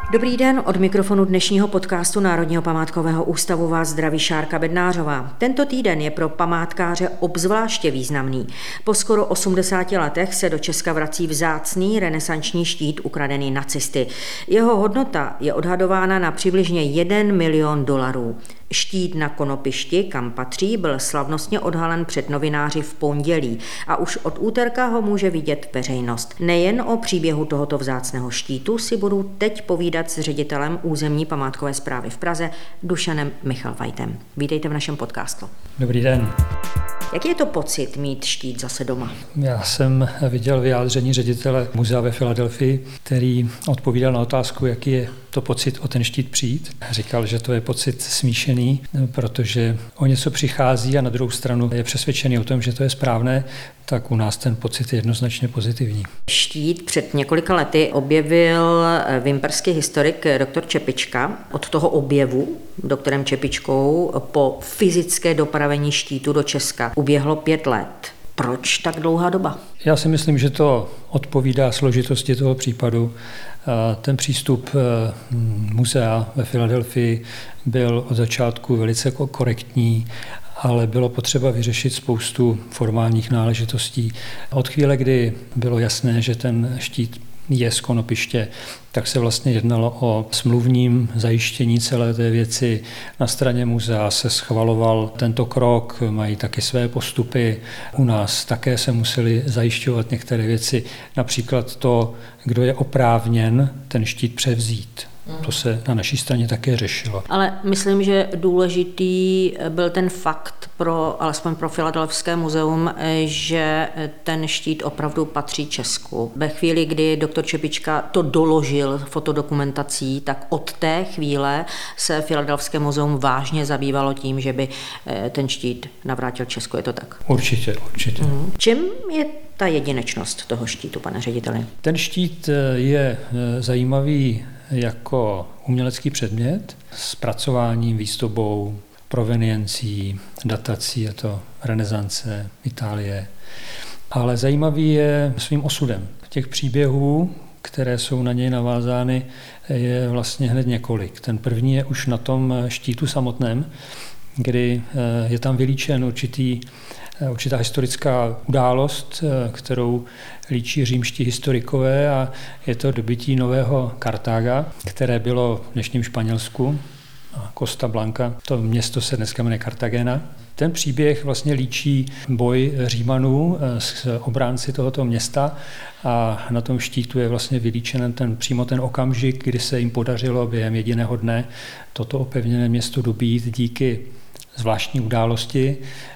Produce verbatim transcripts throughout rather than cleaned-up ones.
Dobrý den, od mikrofonu dnešního podcastu Národního památkového ústavu vás zdraví Šárka Bednářová. Tento týden je pro památkáře obzvláště významný. Po skoro osmdesáti letech se do Česka vrací vzácný renesanční štít ukradený nacisty. Jeho hodnota je odhadována na přibližně jeden milion dolarů. Štít na Konopišti, kam patří, byl slavnostně odhalen před novináři v pondělí a už od úterka ho může vidět veřejnost. Nejen o příběhu tohoto vzácného štítu si budu teď povídat s ředitelem územní památkové správy v Praze Dušanem Michalvajtem. Vítejte v našem podcastu. Dobrý den. Jaký je to pocit mít štít zase doma? Já jsem viděl vyjádření ředitele muzea ve Filadelfii, který odpovídal na otázku, jaký je to pocit o ten štít přijít. Říkal, že to je pocit smíšený, protože o něco přichází a na druhou stranu je přesvědčený o tom, že to je správné, tak u nás ten pocit je jednoznačně pozitivní. Štít před několika lety objevil vimperský historik doktor Čepička. Od toho objevu doktorem Čepičkou po fyzické dopravení štítu do Česka uběhlo pět let. Proč tak dlouhá doba? Já si myslím, že to odpovídá složitosti toho případu. Ten přístup muzea ve Filadelfii byl od začátku velice korektní, ale bylo potřeba vyřešit spoustu formálních náležitostí. Od chvíle, kdy bylo jasné, že ten štít je z Konopiště, tak se vlastně jednalo o smluvním zajištění celé té věci. Na straně muzea se schvaloval tento krok, mají taky své postupy. U nás také se museli zajišťovat některé věci, například to, kdo je oprávněn ten štít převzít. To se na naší straně také řešilo. Ale myslím, že důležitý byl ten fakt, pro, alespoň pro Filadelfské muzeum, že ten štít opravdu patří Česku. Ve chvíli, kdy doktor Čepička to doložil fotodokumentací, tak od té chvíle se Filadelfské muzeum vážně zabývalo tím, že by ten štít navrátil Česku. Je to tak? Určitě, určitě. Mhm. Čím je ta jedinečnost toho štítu, pane řediteli? Ten štít je zajímavý jako umělecký předmět s pracováním, výzdobou, proveniencí, datací, je to renesance, Itálie. Ale zajímavý je svým osudem. Těch příběhů, které jsou na něj navázány, je vlastně hned několik. Ten první je už na tom štítu samotném, kdy je tam vylíčen určitý určitá historická událost, kterou líčí římští historikové, a je to dobytí nového Kartága, které bylo v dnešním Španělsku, Costa Blanca. To město se dneska jmenuje Cartagena. Ten příběh vlastně líčí boj Římanů s obránci tohoto města a na tom štítu je vlastně vylíčen ten, přímo ten okamžik, kdy se jim podařilo během jediného dne toto opevněné město dobít díky zvláštní události,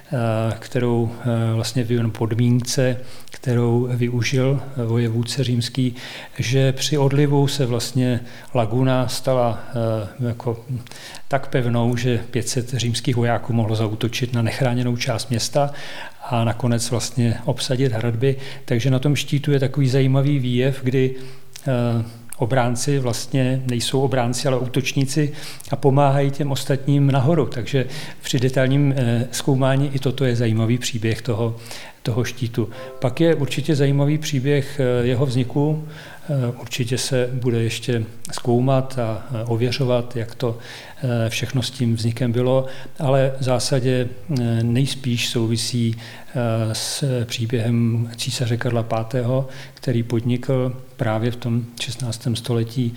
kterou vlastně v podmínce, kterou využil vojevůdce římský, že při odlivu se vlastně laguna stala jako tak pevnou, že pět set římských vojáků mohlo zaútočit na nechráněnou část města a nakonec vlastně obsadit hradby. Takže na tom štítu je takový zajímavý výjev, kdy obránci vlastně nejsou obránci, ale útočníci a pomáhají těm ostatním nahoru. Takže při detailním zkoumání i toto je zajímavý příběh toho, toho štítu. Pak je určitě zajímavý příběh jeho vzniku. Určitě se bude ještě zkoumat a ověřovat, jak to všechno s tím vznikem bylo, ale v zásadě nejspíš souvisí s příběhem císaře Karla pátého., který podnikl právě v tom šestnáctém století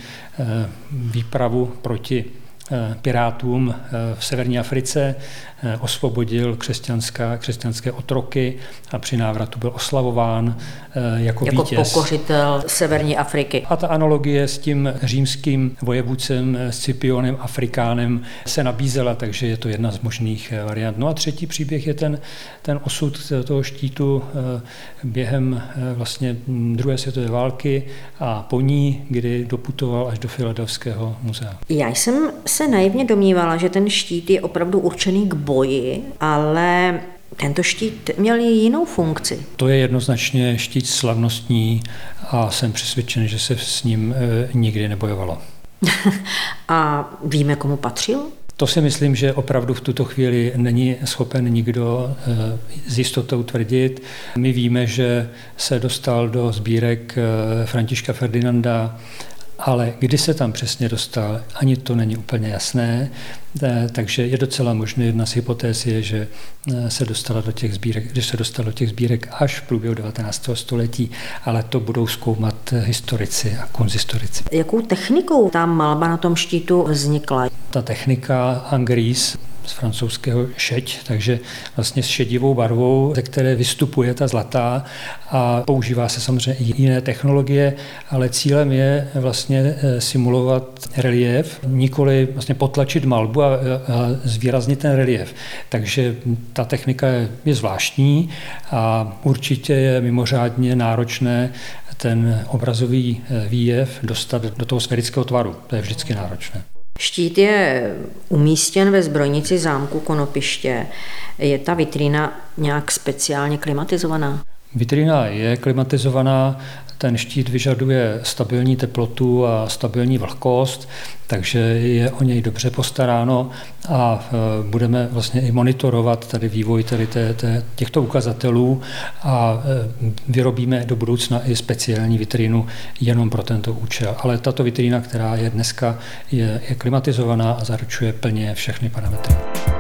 výpravu proti pirátům v severní Africe, osvobodil křesťanská, křesťanské otroky a při návratu byl oslavován jako, jako vítěz. Jako pokořitel severní Afriky. A ta analogie s tím římským vojevůdcem Scipionem Afrikánem se nabízela, takže je to jedna z možných variant. No a třetí příběh je ten, ten osud toho štítu během vlastně druhé světové války a po ní, kdy doputoval až do Filadelfského muzea. Já jsem se naivně domnívala, že ten štít je opravdu určený k boji, ale tento štít měl jinou funkci. To je jednoznačně štít slavnostní a jsem přesvědčen, že se s ním e, nikdy nebojovalo. A víme, komu patřil? To si myslím, že opravdu v tuto chvíli není schopen nikdo s jistotou tvrdit. My víme, že se dostal do sbírek Františka Ferdinanda ale kdy se tam přesně dostal, ani to není úplně jasné, takže je docela možné, jedna z hypotéz je, že se dostala do těch sbírek, že se dostala do těch sbírek až v průběhu devatenáctého století, ale to budou zkoumat historici a konzistorici. Jakou technikou ta malba na tom štítu vznikla? Ta technika angries, z francouzského šeď, takže vlastně s šedivou barvou, ze které vystupuje ta zlatá a používá se samozřejmě i jiné technologie, ale cílem je vlastně simulovat relief, nikoli vlastně potlačit malbu a, a zvýraznit ten relief. Takže ta technika je, je zvláštní a určitě je mimořádně náročné ten obrazový výjev dostat do toho sférického tvaru. To je vždycky náročné. Štít je umístěn ve zbrojnici zámku Konopiště. Je ta vitrína nějak speciálně klimatizovaná? Vitrína je klimatizovaná, ten štít vyžaduje stabilní teplotu a stabilní vlhkost, takže je o něj dobře postaráno a budeme vlastně i monitorovat tady vývoj tady té, té, těchto ukazatelů a vyrobíme do budoucna i speciální vitrínu jenom pro tento účel. Ale tato vitrína, která je dneska, je, je klimatizovaná a zaručuje plně všechny parametry.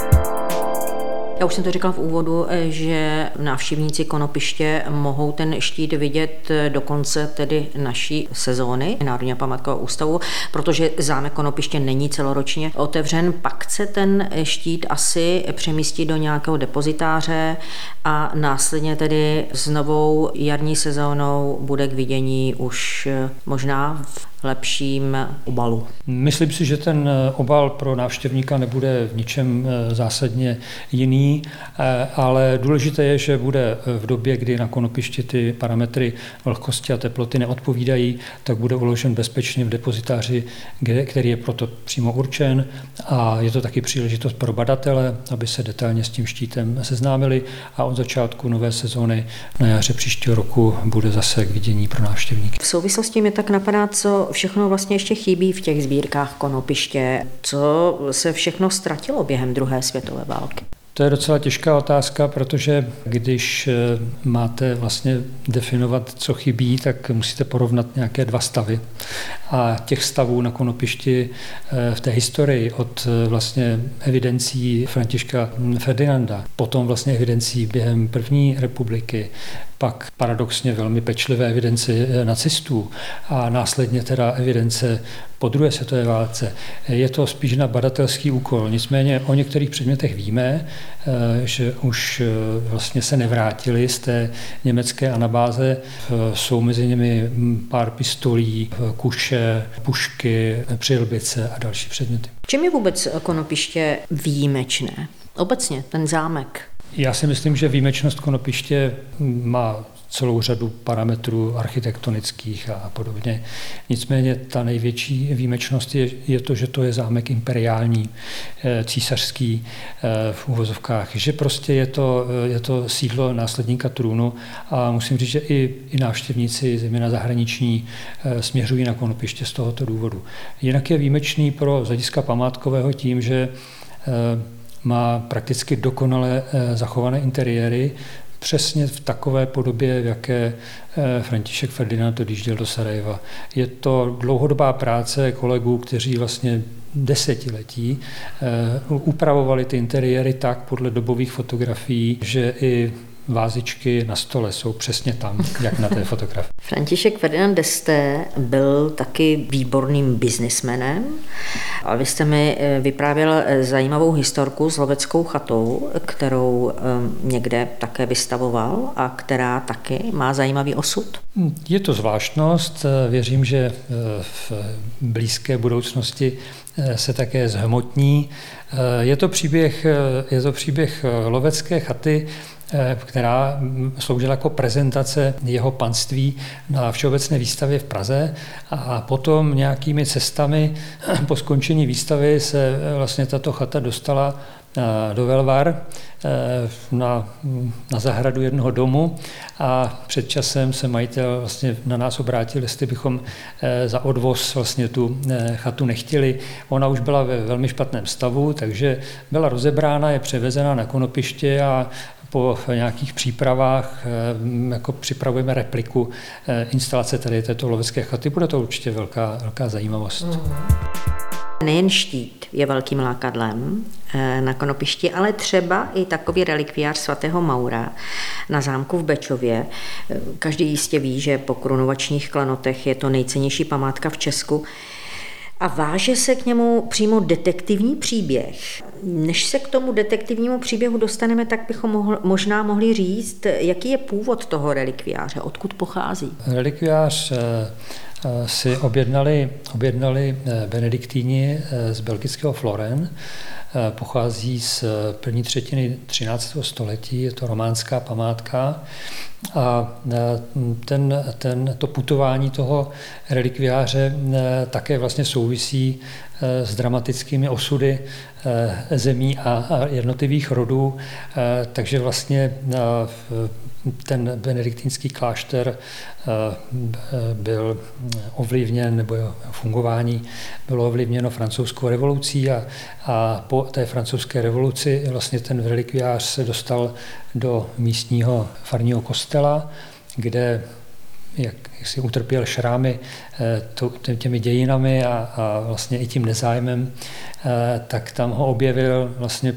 Já už jsem to říkala v úvodu, že návštěvníci Konopiště mohou ten štít vidět do konce tedy naší sezóny Národního památkového ústavu, protože zámek Konopiště není celoročně otevřen. Pak se ten štít asi přemístí do nějakého depozitáře a následně tedy s novou jarní sezónou bude k vidění už možná v lepším obalu. Myslím si, že ten obal pro návštěvníka nebude v ničem zásadně jiný, ale důležité je, že bude v době, kdy na Konopišti ty parametry vlhkosti a teploty neodpovídají, tak bude uložen bezpečně v depozitáři, který je proto přímo určen a je to taky příležitost pro badatele, aby se detailně s tím štítem seznámili a od začátku nové sezóny na jaře příštího roku bude zase k vidění pro návštěvníky. V souvislosti mi tak napadá, co všechno vlastně ještě chybí v těch sbírkách Konopiště, co se všechno ztratilo během druhé světové války. To je docela těžká otázka, protože když máte vlastně definovat, co chybí, tak musíte porovnat nějaké dva stavy. A těch stavů na Konopišti v té historii od vlastně evidencí Františka Ferdinanda, potom vlastně evidencí během první republiky, pak paradoxně velmi pečlivé evidenci nacistů a následně teda evidence po druhé světové válce. Je to spíš na badatelský úkol. Nicméně o některých předmětech víme, že už vlastně se nevrátili z té německé anabáze. Jsou mezi nimi pár pistolí, kuše, pušky, přilbice a další předměty. Čím je vůbec Konopiště výjimečné? Obecně ten zámek. Já si myslím, že výjimečnost Konopiště má celou řadu parametrů architektonických a podobně. Nicméně ta největší výjimečnost je, je to, že to je zámek imperiální, císařský v uvozovkách, že prostě je to, je to sídlo následníka trůnu a musím říct, že i, i návštěvníci, zejména zahraniční, směřují na Konopiště z tohoto důvodu. Jinak je výjimečný pro z hlediska památkového tím, že má prakticky dokonale zachované interiéry, přesně v takové podobě, v jaké František Ferdinand odjížděl do Sarajeva. Je to dlouhodobá práce kolegů, kteří vlastně desetiletí upravovali ty interiéry tak podle dobových fotografií, že i vázičky na stole jsou přesně tam, jak na té fotografii. František Ferdinand d'Este byl taky výborným biznismenem. A vy jste mi vyprávěl zajímavou historku s loveckou chatou, kterou někde také vystavoval a která taky má zajímavý osud. Je to zvláštnost. Věřím, že v blízké budoucnosti se také zhmotní. Je to příběh, je to příběh lovecké chaty, která sloužila jako prezentace jeho panství na všeobecné výstavě v Praze a potom nějakými cestami po skončení výstavy se vlastně tato chata dostala do Velvar na, na zahradu jednoho domu a před časem se majitel vlastně na nás obrátil, jestli bychom za odvoz vlastně tu chatu nechtěli. Ona už byla ve velmi špatném stavu, takže byla rozebrána, je převezena na konopiště a po nějakých přípravách jako připravujeme repliku instalace tady této lovecké chaty. Bude to určitě velká, velká zajímavost. Mm. Nejen štít je velkým lákadlem na konopišti, ale třeba i takový relikviář svatého Maura na zámku v Bečově. Každý jistě ví, že po korunovačních klenotech je to nejcennější památka v Česku. A váže se k němu přímo detektivní příběh. Než se k tomu detektivnímu příběhu dostaneme, tak bychom mohl, možná mohli říct, jaký je původ toho relikviáře, odkud pochází. Relikviář si objednali, objednali benediktíni z belgického Floren. Pochází z první třetiny třináctého století, je to románská památka. A ten, ten, to putování toho relikviáře také vlastně souvisí s dramatickými osudy zemí a jednotlivých rodů, takže vlastně ten benediktínský klášter byl ovlivněn, nebo jeho fungování bylo ovlivněno francouzskou revolucí a, a po té francouzské revoluci vlastně ten relikviář se dostal do místního farního kostela, kde jak, jak si utrpěl šrámy to, těmi dějinami a, a vlastně i tím nezájmem, tak tam ho objevil vlastně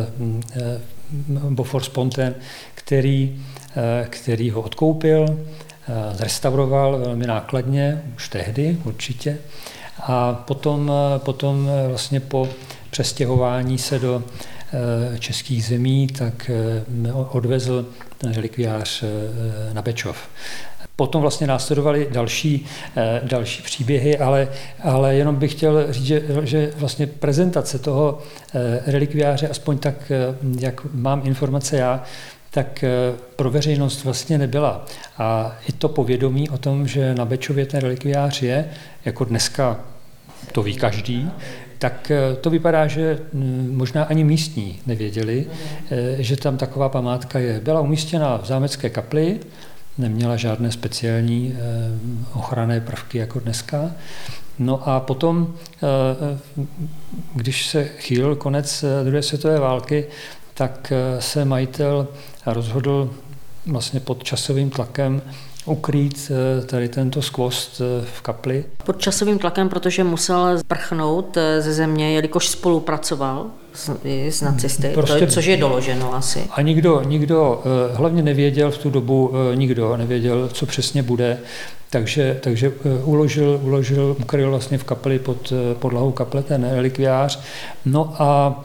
Beaufort-Spontin, který, který ho odkoupil, zrestauroval velmi nákladně, už tehdy určitě, a potom, potom vlastně po přestěhování se do českých zemí, tak odvezl ten relikviář na Bečov. Potom vlastně následovaly další, další příběhy, ale, ale jenom bych chtěl říct, že, že vlastně prezentace toho relikviáře, aspoň tak, jak mám informace já, tak pro veřejnost vlastně nebyla. A i to povědomí o tom, že na Bečově ten relikviář je, jako dneska to ví každý, tak to vypadá, že možná ani místní nevěděli, že tam taková památka je. Byla umístěna v zámecké kapli, neměla žádné speciální ochranné prvky jako dneska. No a potom, když se chýlil konec druhé světové války, tak se majitel rozhodl vlastně pod časovým tlakem ukrýt tady tento skvost v kapli. Pod časovým tlakem, protože musel prchnout ze země, jelikož spolupracoval s, s nacisty, prostě, to, což je doloženo asi. A nikdo, nikdo hlavně nevěděl v tu dobu, nikdo nevěděl, co přesně bude, takže, takže uložil, uložil, ukryl vlastně v kapli pod podlahou kaple ten relikviář. No a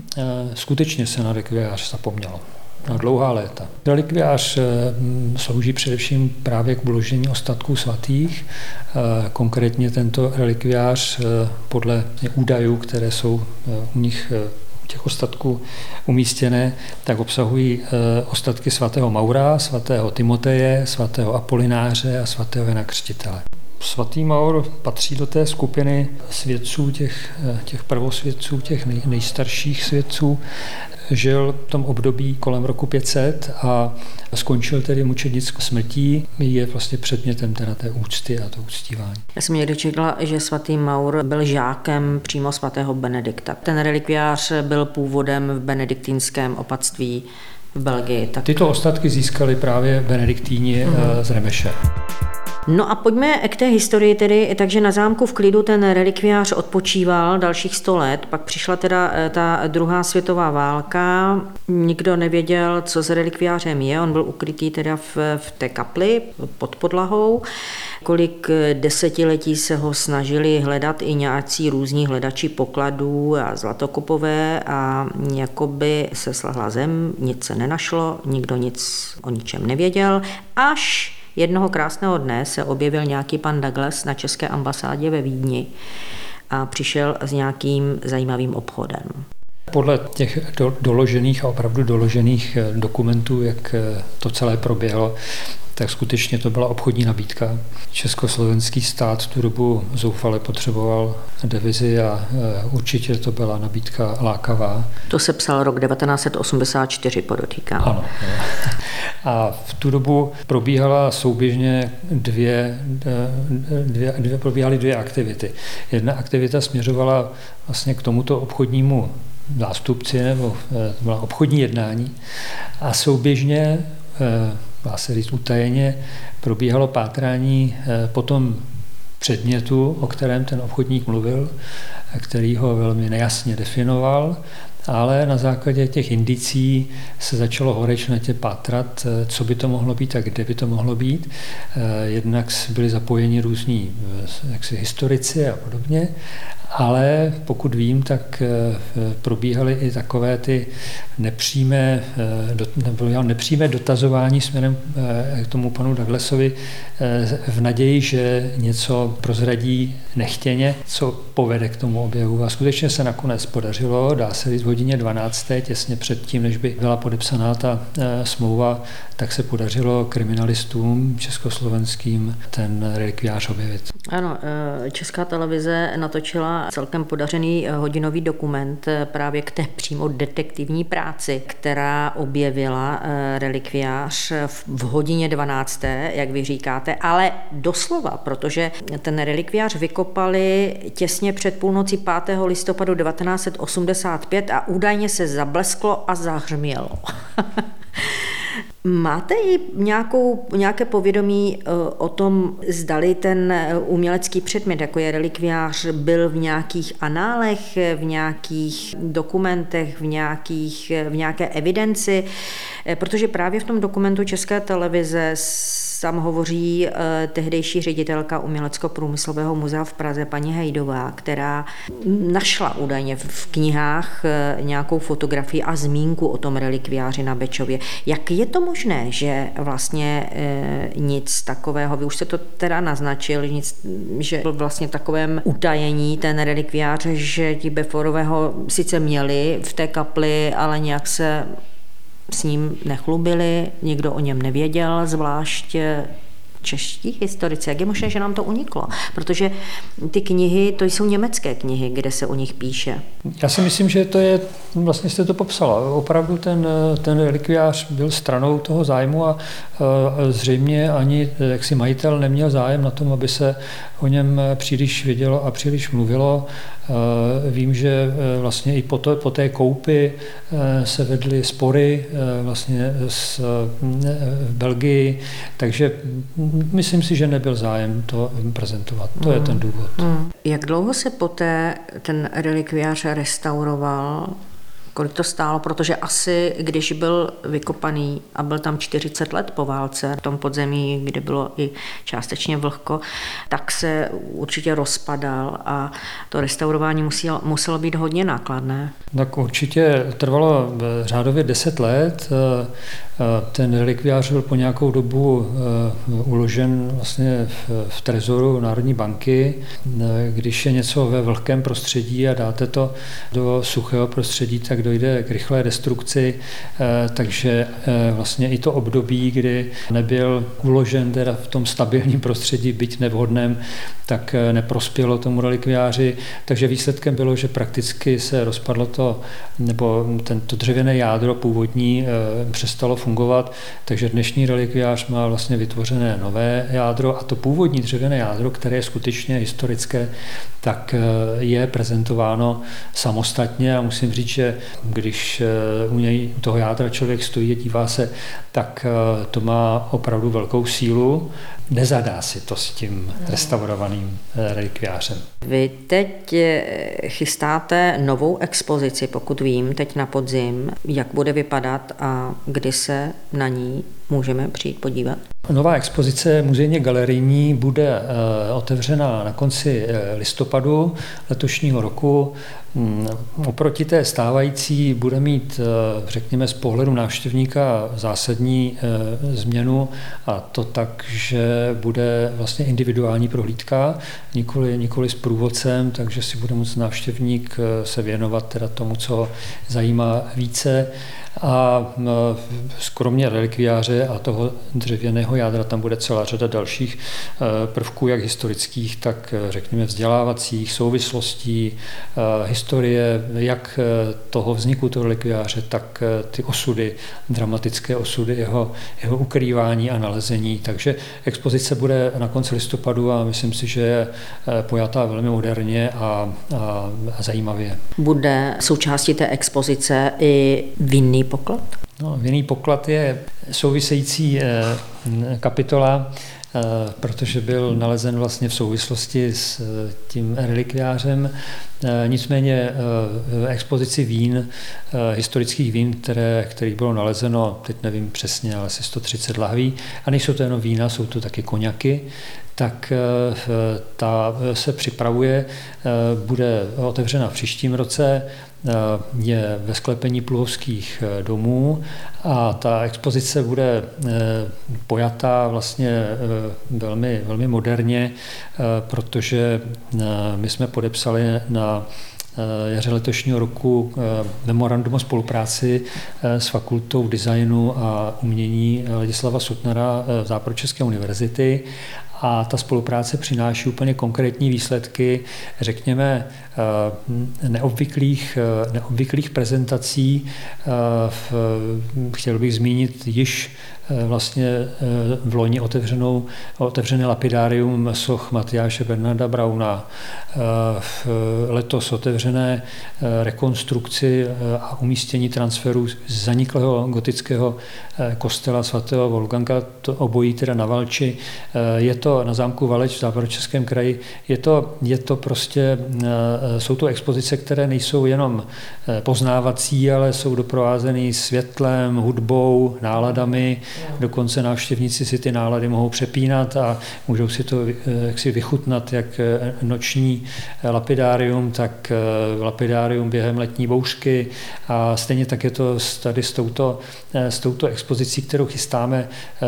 skutečně se na relikviář zapomnělo. Na dlouhá léta. Relikviář slouží především právě k uložení ostatků svatých. Konkrétně tento relikviář podle údajů, které jsou u nich těch ostatků umístěné, tak obsahují ostatky svatého Maura, svatého Timoteje, svatého Apolináře a svatého Jana Křtitele. Svatý Maur patří do té skupiny svědců, těch, těch prvosvědců, těch nej, nejstarších svědců. Žil v tom období kolem roku pět set a skončil tedy mučednickou smrtí. Je vlastně předmětem teda té úcty a to uctívání. Já jsem někdy četla, že svatý Maur byl žákem přímo svatého Benedikta. Ten relikviář byl původem v benediktínském opatství v Belgii. Tak... Tyto ostatky získali právě benediktíni mm. z Remeše. No a pojďme k té historii tedy, takže na zámku v klidu ten relikviář odpočíval dalších sto let, pak přišla teda ta druhá světová válka, nikdo nevěděl, co s relikviářem je, on byl ukrytý teda v, v té kapli pod podlahou, kolik desetiletí se ho snažili hledat i nějací různí hledači pokladů a zlatokopové a jakoby se slahla zem, nic se nenašlo, nikdo nic o ničem nevěděl, až jednoho krásného dne se objevil nějaký pan Douglas na české ambasádě ve Vídni a přišel s nějakým zajímavým obchodem. Podle těch do, doložených a opravdu doložených dokumentů, jak to celé proběhlo, tak skutečně to byla obchodní nabídka. Československý stát v tu dobu zoufale potřeboval devizi a určitě to byla nabídka lákavá. To se psal rok devatenáct set osmdesát čtyři, podotýkám. Ano. A v tu dobu probíhala souběžně dvě, dvě, dvě, probíhaly dvě aktivity. Jedna aktivita směřovala vlastně k tomuto obchodnímu zástupci, nebo to byla obchodní jednání a souběžně, dá se říct utajeně, probíhalo pátrání po tom předmětu, o kterém ten obchodník mluvil, který ho velmi nejasně definoval, ale na základě těch indicí se začalo horečnatě pátrat, co by to mohlo být a kde by to mohlo být. Jednak byli zapojeni různí jaksi historici a podobně, ale pokud vím, tak probíhaly i takové ty nepřímé, nepřímé dotazování směrem k tomu panu Douglasovi v naději, že něco prozradí nechtěně, co povede k tomu objevu. A skutečně se nakonec podařilo, dá se říct v hodině dvanácté, těsně před tím, než by byla podepsaná ta smlouva, tak se podařilo kriminalistům československým ten relikviář objevit. Ano, Česká televize natočila celkem podařený hodinový dokument právě k té přímo detektivní práci, která objevila relikviář v hodině dvanácté, jak vy říkáte, ale doslova, protože ten relikviář vykopali těsně před půlnocí pátého listopadu devatenáct set osmdesát pět a údajně se zablesklo a zahřmělo. Máte i nějakou, nějaké povědomí o tom, zdali ten umělecký předmět, jako je relikviář, byl v nějakých análech, v nějakých dokumentech, v, nějakých, v nějaké evidenci? Protože právě v tom dokumentu České televize tam hovoří tehdejší ředitelka Umělecko-průmyslového muzea v Praze, paní Hejdová, která našla údajně v knihách nějakou fotografii a zmínku o tom relikviáři na Bečově. Jak je to možné, že vlastně e, nic takového, vy už jste to teda naznačil, nic, že byl vlastně v takovém utajení ten relikviář, že ti Beforové ho sice měli v té kapli, ale nějak se s ním nechlubili, nikdo o něm nevěděl, zvlášť čeští historici. Jak je možné, že nám to uniklo? Protože ty knihy, to jsou německé knihy, kde se o nich píše. Já si myslím, že to je, vlastně jste to popsala. Opravdu ten, ten relikviář byl stranou toho zájmu a zřejmě ani jaksi majitel neměl zájem na tom, aby se o něm příliš vědělo a příliš mluvilo. Vím, že vlastně i po, to, po té koupi se vedly spory vlastně s, v Belgii, takže myslím si, že nebyl zájem to prezentovat. To mm. je ten důvod. Mm. Jak dlouho se poté ten relikviář restauroval? Kolik to stálo? Protože asi, když byl vykopaný a byl tam čtyřicet let po válce, v tom podzemí, kde bylo i částečně vlhko, tak se určitě rozpadal a to restaurování muselo, muselo být hodně nákladné. Tak určitě trvalo řádově deset let. Ten relikviář byl po nějakou dobu uložen vlastně v trezoru Národní banky. Když je něco ve vlhkém prostředí a dáte to do suchého prostředí, tak dojde k rychlé destrukci, takže vlastně i to období, kdy nebyl uložen teda v tom stabilním prostředí, byť nevhodném, tak neprospělo tomu relikviáři, takže výsledkem bylo, že prakticky se rozpadlo to, nebo tento dřevěné jádro původní přestalo fungovat, takže dnešní relikviář má vlastně vytvořené nové jádro a to původní dřevěné jádro, které je skutečně historické, tak je prezentováno samostatně a musím říct, že když u něj toho jádra člověk stojí a dívá se, tak to má opravdu velkou sílu. Nezadá si to s tím restaurovaným relikviářem. Vy teď chystáte novou expozici, pokud vím, teď na podzim. Jak bude vypadat a kdy se na ní můžeme přijít podívat? Nová expozice muzejně galerijní bude otevřena na konci listopadu letošního roku. Oproti té stávající bude mít, řekněme, z pohledu návštěvníka zásadní změnu, a to tak, že bude vlastně individuální prohlídka, nikoli, nikoli s průvodcem, takže si bude moct návštěvník se věnovat teda tomu, co ho zajímá více. A kromě relikviáře a toho dřevěného jádra tam bude celá řada dalších prvků, jak historických, tak řekněme vzdělávacích, souvislostí, historie, jak toho vzniku toho relikviáře, tak ty osudy, dramatické osudy, jeho, jeho ukrývání a nalezení. Takže expozice bude na konci listopadu a myslím si, že je pojatá velmi moderně a, a zajímavě. Bude součástí té expozice i vinný poklad? No, vinný poklad je související kapitola, protože byl nalezen vlastně v souvislosti s tím relikviářem. Nicméně expozici vín, historických vín, které, kterých bylo nalezeno, teď nevím přesně, ale asi sto třicet lahví, a nejsou to jenom vína, jsou to taky koňaky, tak ta se připravuje, bude otevřena v příštím roce, je ve sklepení Pluhovských domů a ta expozice bude pojatá vlastně velmi, velmi moderně, protože my jsme podepsali na jaře letošního roku memorandum o spolupráci s Fakultou designu a umění Ladislava Sutnara Západočeské univerzity. A ta spolupráce přináší úplně konkrétní výsledky, řekněme, neobvyklých, neobvyklých prezentací. Chtěl bych zmínit již vlastně v loni otevřenou, otevřené lapidárium soch Matyáše Bernarda Brauna, letos otevřené rekonstrukci a umístění transferu z zaniklého gotického kostela svatého Wolfganga, to obojí teda na Valči. Je to na zámku Valeč v Západočeském kraji. Je to, je to prostě, jsou to expozice, které nejsou jenom poznávací, ale jsou doprovázeny světlem, hudbou, náladami. Dokonce návštěvníci si ty nálady mohou přepínat a můžou si to jaksi vychutnat jak noční lapidárium, tak lapidárium během letní bouřky. A stejně tak je to tady s touto, s touto expozicí, kterou chystáme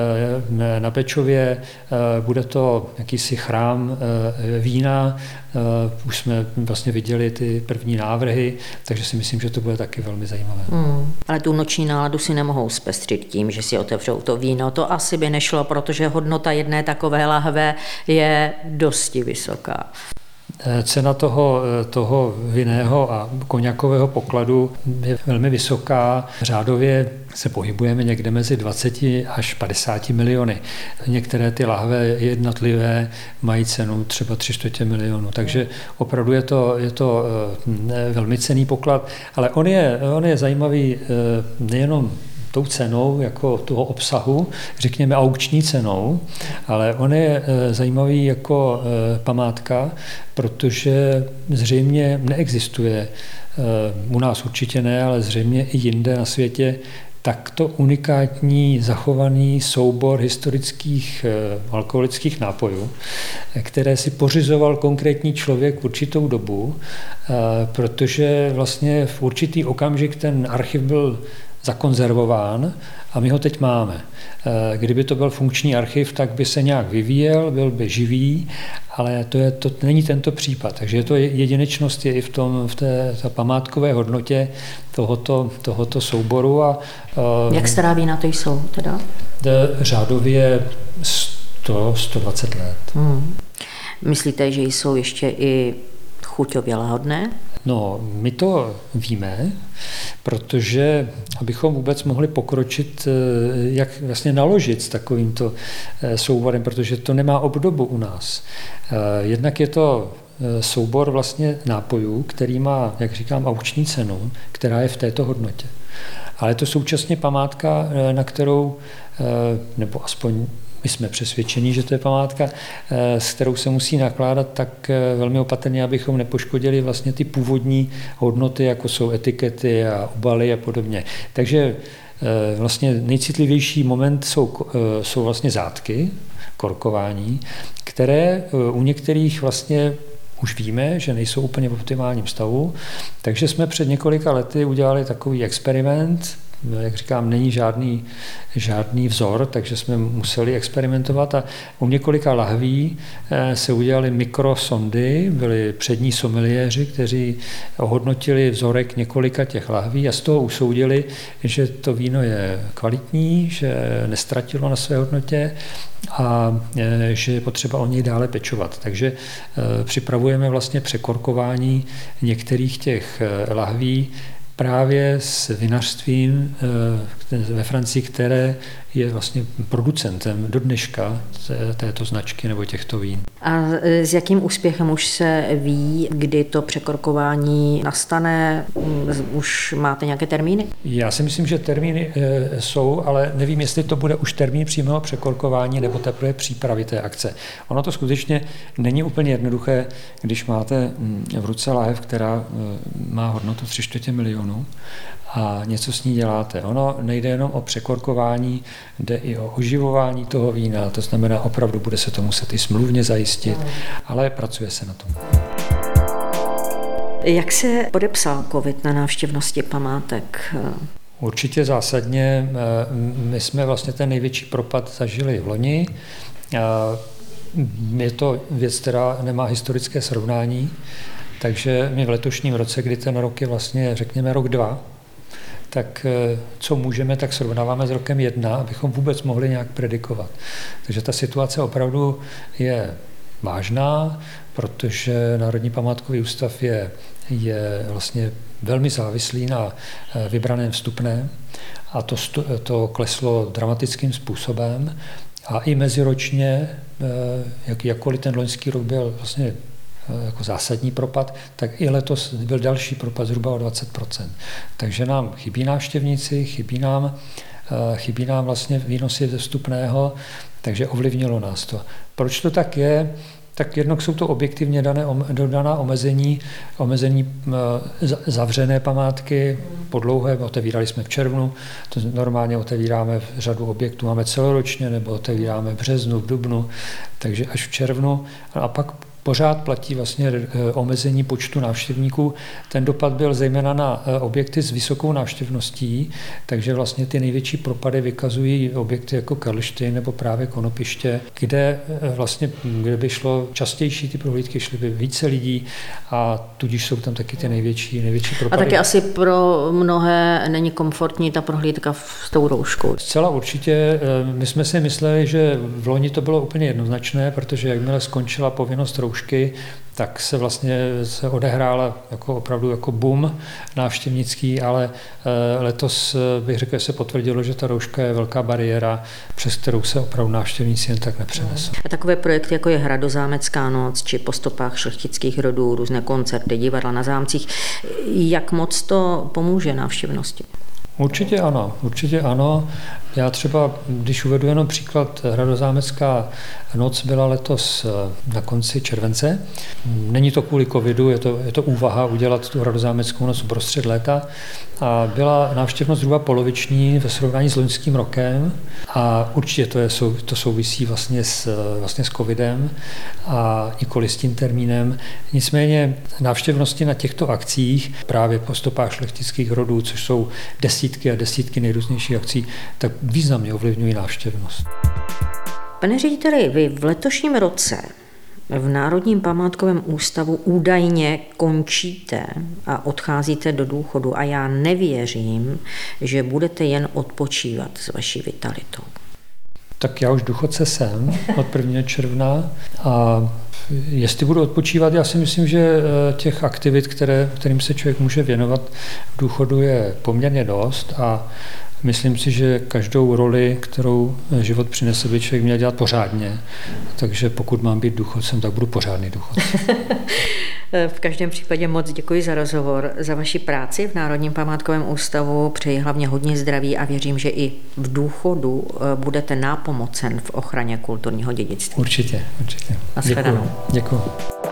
na Bečově. Bude to jakýsi chrám vína. Už jsme vlastně viděli ty první návrhy, takže si myslím, že to bude taky velmi zajímavé. Hmm, ale tu noční náladu si nemohou zpestřit tím, že si otevřou to víno. To asi by nešlo, protože hodnota jedné takové lahve je dosti vysoká. Cena toho, toho vinného a koňakového pokladu je velmi vysoká. Řádově se pohybujeme někde mezi dvacet až padesát miliony. Některé ty lahve jednotlivé mají cenu třeba tři čtvrtě milionu. Takže opravdu je to, je to velmi cenný poklad, ale on je, on je zajímavý nejenom tou cenou, jako toho obsahu, řekněme aukční cenou, ale on je zajímavý jako památka, protože zřejmě neexistuje, u nás určitě ne, ale zřejmě i jinde na světě, takto unikátní zachovaný soubor historických alkoholických nápojů, které si pořizoval konkrétní člověk v určitou dobu, protože vlastně v určitý okamžik ten archiv byl zakonzervován a my ho teď máme. Kdyby to byl funkční archiv, tak by se nějak vyvíjel, byl by živý, ale to, je, to není tento případ. Takže je to jedinečnost je i v, tom, v té, té památkové hodnotě tohoto, tohoto souboru. A, jak stará vína to jsou teda? Řádově sto, sto dvacet let. Hmm. Myslíte, že jsou ještě i chuťově lahodné? No, my to víme, protože abychom vůbec mohli pokročit, jak vlastně naložit s takovýmto souborem, protože to nemá obdobu u nás. Jednak je to soubor vlastně nápojů, který má, jak říkám, aukční cenu, která je v této hodnotě. Ale je to současně památka, na kterou, nebo aspoň my jsme přesvědčeni, že to je památka, s kterou se musí nakládat tak velmi opatrně, abychom nepoškodili vlastně ty původní hodnoty, jako jsou etikety a obaly a podobně. Takže vlastně nejcitlivější moment jsou, jsou vlastně zátky, korkování, které u některých vlastně už víme, že nejsou úplně v optimálním stavu, takže jsme před několika lety udělali takový experiment. Jak říkám, není žádný, žádný vzor, takže jsme museli experimentovat a u několika lahví se udělali mikrosondy, byli přední someliéři, kteří ohodnotili vzorek několika těch lahví a z toho usoudili, že to víno je kvalitní, že nestratilo na své hodnotě a že je potřeba o něj dále pečovat. Takže připravujeme vlastně překorkování některých těch lahví právě s vinařstvím ve Francii, které je vlastně producentem do dneška této značky nebo těchto vín. A s jakým úspěchem už se ví, kdy to překorkování nastane? Už máte nějaké termíny? Já si myslím, že termíny jsou, ale nevím, jestli to bude už termín přímého překorkování nebo teprve přípravy té akce. Ono to skutečně není úplně jednoduché, když máte v ruce láhev, která má hodnotu tři čtvrtě milionu a něco s ní děláte. Ono nejde jenom o překorkování, jde i o oživování toho vína, to znamená, opravdu bude se to muset i smluvně zajistit, ale pracuje se na tom. Jak se podepsal covid na návštěvnosti památek? Určitě zásadně. My jsme vlastně ten největší propad zažili v loni. Je to věc, která nemá historické srovnání, takže my v letošním roce, kdy ten rok je vlastně, řekněme, rok dva, tak co můžeme, tak srovnáváme s rokem jedna, abychom vůbec mohli nějak predikovat. Takže ta situace opravdu je vážná, protože Národní památkový ústav je, je vlastně velmi závislý na vybraném vstupném a to, to kleslo dramatickým způsobem a i meziročně, jak, jakkoliv ten loňský rok byl vlastně jako zásadní propad, tak i letos byl další propad zhruba o dvacet procent. Takže nám chybí návštěvníci, chybí nám, chybí nám vlastně výnosy ze vstupného, takže ovlivnilo nás to. Proč to tak je? Tak jednak jsou to objektivně dané, daná omezení, omezení zavřené památky po dlouhé, otevírali jsme v červnu, to normálně otevíráme v řadu objektů, máme celoročně, nebo otevíráme v březnu, v dubnu, takže až v červnu a pak pořád platí vlastně omezení počtu návštěvníků. Ten dopad byl zejména na objekty s vysokou návštěvností, takže vlastně ty největší propady vykazují objekty jako Karlštejn nebo právě Konopiště, kde vlastně, kde by šlo častější ty prohlídky, šly by více lidí a tudíž jsou tam taky ty největší, největší propady. A taky asi pro mnohé není komfortní ta prohlídka s tou rouškou. Zcela určitě. My jsme si mysleli, že v loni to bylo úplně jednoznačné, protože jakmile skončila povinnost roušky, tak se vlastně se odehrála jako opravdu jako boom návštěvnický, ale letos bych řekl, že se potvrdilo, že ta rouška je velká bariéra, přes kterou se opravdu návštěvníci jen tak nepřenesou. A takové projekty, jako je Hradozámecká noc, či po stopách šlechtických rodů, různé koncerty, divadla na zámcích, jak moc to pomůže návštěvnosti? Určitě ano, určitě ano. Já třeba, když uvedu jenom příklad, Hradozámecká noc byla letos na konci července. Není to kvůli covidu, je to, je to úvaha udělat tu Hradozámeckou noc uprostřed léta. A byla návštěvnost zhruba poloviční ve srovnání s loňským rokem a určitě to, je, to souvisí vlastně s, vlastně s covidem a nikoli s tím termínem. Nicméně návštěvnosti na těchto akcích, právě po stopách šlechtických rodů, což jsou desítky a desítky nejrůznějších akcí, tak významně ovlivňují návštěvnost. Pane řediteli, vy v letošním roce v Národním památkovém ústavu údajně končíte a odcházíte do důchodu a já nevěřím, že budete jen odpočívat s vaší vitalitou. Tak já už důchodce jsem od prvního června a jestli budu odpočívat, já si myslím, že těch aktivit, které, kterým se člověk může věnovat v důchodu, je poměrně dost a myslím si, že každou roli, kterou život přinese, by člověk měl dělat pořádně. Takže pokud mám být důchodcem, tak budu pořádný důchodce. V každém případě moc děkuji za rozhovor, za vaši práci v Národním památkovém ústavu. Přeji hlavně hodně zdraví a věřím, že i v důchodu budete nápomocen v ochraně kulturního dědictví. Určitě, určitě. Naschledanou. Děkuji. Děkuji.